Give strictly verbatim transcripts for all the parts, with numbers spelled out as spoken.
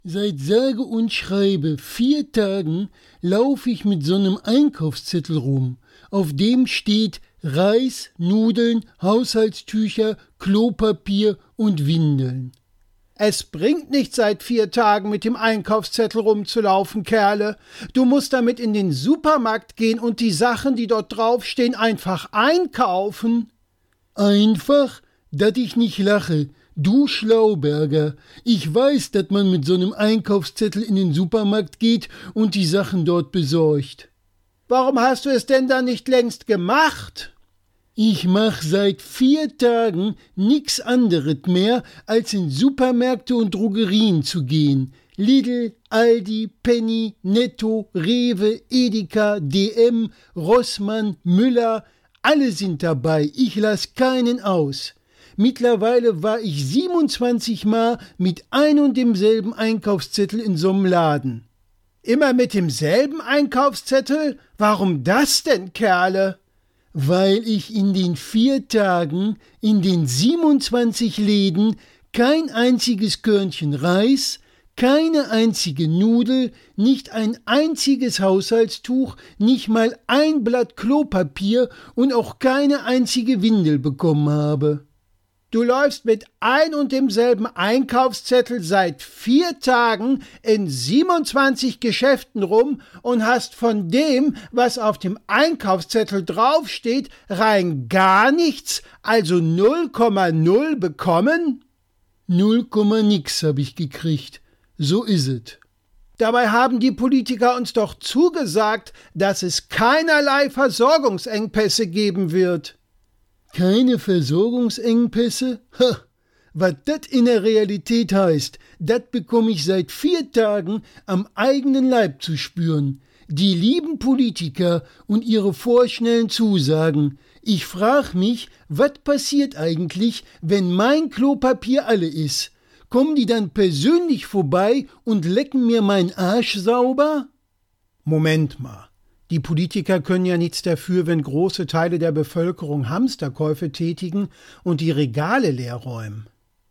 Seit sage und schreibe vier Tagen laufe ich mit so einem Einkaufszettel rum, auf dem steht Reis, Nudeln, Haushaltstücher, Klopapier und Windeln. Es bringt nicht, seit vier Tagen mit dem Einkaufszettel rumzulaufen, Kerle. Du musst damit in den Supermarkt gehen und die Sachen, die dort draufstehen, einfach einkaufen. Einfach, dass ich nicht lache. Du Schlauberger, ich weiß, dass man mit so einem Einkaufszettel in den Supermarkt geht und die Sachen dort besorgt. Warum hast du es denn dann nicht längst gemacht? Ich mach seit vier Tagen nix anderes mehr, als in Supermärkte und Drogerien zu gehen. Lidl, Aldi, Penny, Netto, Rewe, Edeka, D M, Rossmann, Müller, alle sind dabei, ich lass keinen aus. Mittlerweile war ich siebenundzwanzig Mal mit ein und demselben Einkaufszettel in so'm Laden. Immer mit demselben Einkaufszettel? Warum das denn, Kerle? Weil ich in den vier Tagen in den siebenundzwanzig Läden kein einziges Körnchen Reis, keine einzige Nudel, nicht ein einziges Haushaltstuch, nicht mal ein Blatt Klopapier und auch keine einzige Windel bekommen habe. Du läufst mit ein und demselben Einkaufszettel seit vier Tagen in siebenundzwanzig Geschäften rum und hast von dem, was auf dem Einkaufszettel draufsteht, rein gar nichts, also null Komma null bekommen? Null Komma nix hab ich gekriegt. So is es. Dabei haben die Politiker uns doch zugesagt, dass es keinerlei Versorgungsengpässe geben wird. Keine Versorgungsengpässe? Ha! Was das in der Realität heißt, das bekomme ich seit vier Tagen am eigenen Leib zu spüren. Die lieben Politiker und ihre vorschnellen Zusagen. Ich frag mich, was passiert eigentlich, wenn mein Klopapier alle ist? Kommen die dann persönlich vorbei und lecken mir meinen Arsch sauber? Moment mal. Die Politiker können ja nichts dafür, wenn große Teile der Bevölkerung Hamsterkäufe tätigen und die Regale leer räumen.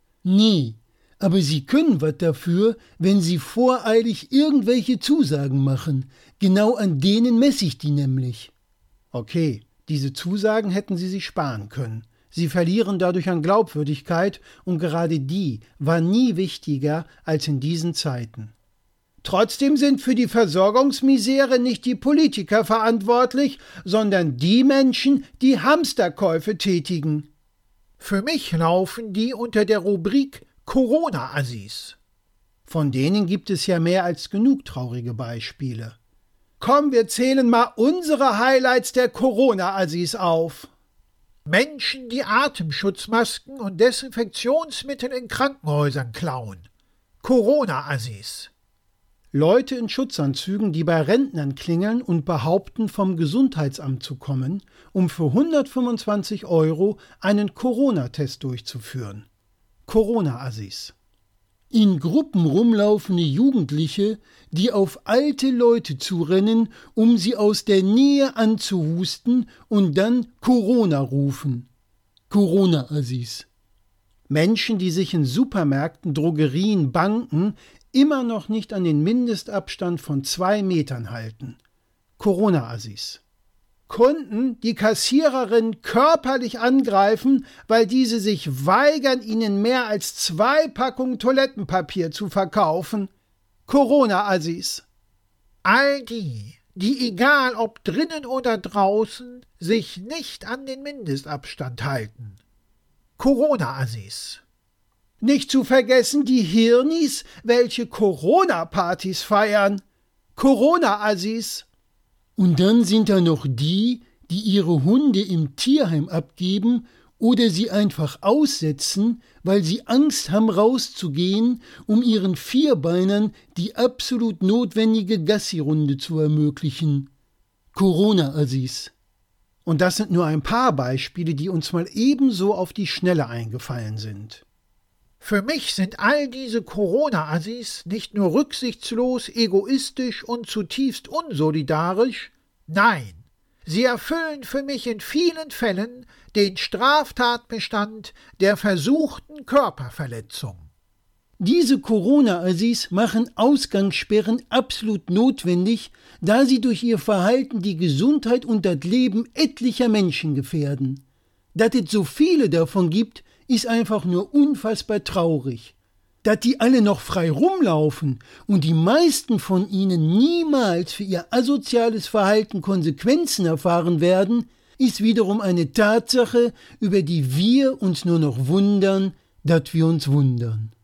Nee, aber sie können was dafür, wenn sie voreilig irgendwelche Zusagen machen. Genau an denen messe ich die nämlich. Okay, diese Zusagen hätten sie sich sparen können. Sie verlieren dadurch an Glaubwürdigkeit und gerade die war nie wichtiger als in diesen Zeiten. Trotzdem sind für die Versorgungsmisere nicht die Politiker verantwortlich, sondern die Menschen, die Hamsterkäufe tätigen. Für mich laufen die unter der Rubrik Corona-Assis. Von denen gibt es ja mehr als genug traurige Beispiele. Komm, wir zählen mal unsere Highlights der Corona-Assis auf. Menschen, die Atemschutzmasken und Desinfektionsmittel in Krankenhäusern klauen. Corona-Assis. Leute in Schutzanzügen, die bei Rentnern klingeln und behaupten, vom Gesundheitsamt zu kommen, um für hundertfünfundzwanzig Euro einen Corona-Test durchzuführen. Corona-Assis. In Gruppen rumlaufende Jugendliche, die auf alte Leute zurennen, um sie aus der Nähe anzuhusten und dann Corona rufen. Corona-Assis. Menschen, die sich in Supermärkten, Drogerien, Banken immer noch nicht an den Mindestabstand von zwei Metern halten. Corona-Assis. Kunden, die Kassiererinnen körperlich angreifen, weil diese sich weigern, ihnen mehr als zwei Packungen Toilettenpapier zu verkaufen. Corona-Assis. All die, die egal ob drinnen oder draußen, sich nicht an den Mindestabstand halten. Corona-Assis. Nicht zu vergessen die Hirnis, welche Corona-Partys feiern. Corona-Assis. Und dann sind da noch die, die ihre Hunde im Tierheim abgeben oder sie einfach aussetzen, weil sie Angst haben rauszugehen, um ihren Vierbeinern die absolut notwendige Gassi-Runde zu ermöglichen. Corona-Assis. Und das sind nur ein paar Beispiele, die uns mal ebenso auf die Schnelle eingefallen sind. Für mich sind all diese Corona-Assis nicht nur rücksichtslos, egoistisch und zutiefst unsolidarisch, nein, sie erfüllen für mich in vielen Fällen den Straftatbestand der versuchten Körperverletzung. Diese Corona-Assis machen Ausgangssperren absolut notwendig, da sie durch ihr Verhalten die Gesundheit und das Leben etlicher Menschen gefährden. Dass es so viele davon gibt, ist einfach nur unfassbar traurig. Dass die alle noch frei rumlaufen und die meisten von ihnen niemals für ihr asoziales Verhalten Konsequenzen erfahren werden, ist wiederum eine Tatsache, über die wir uns nur noch wundern, dass wir uns wundern.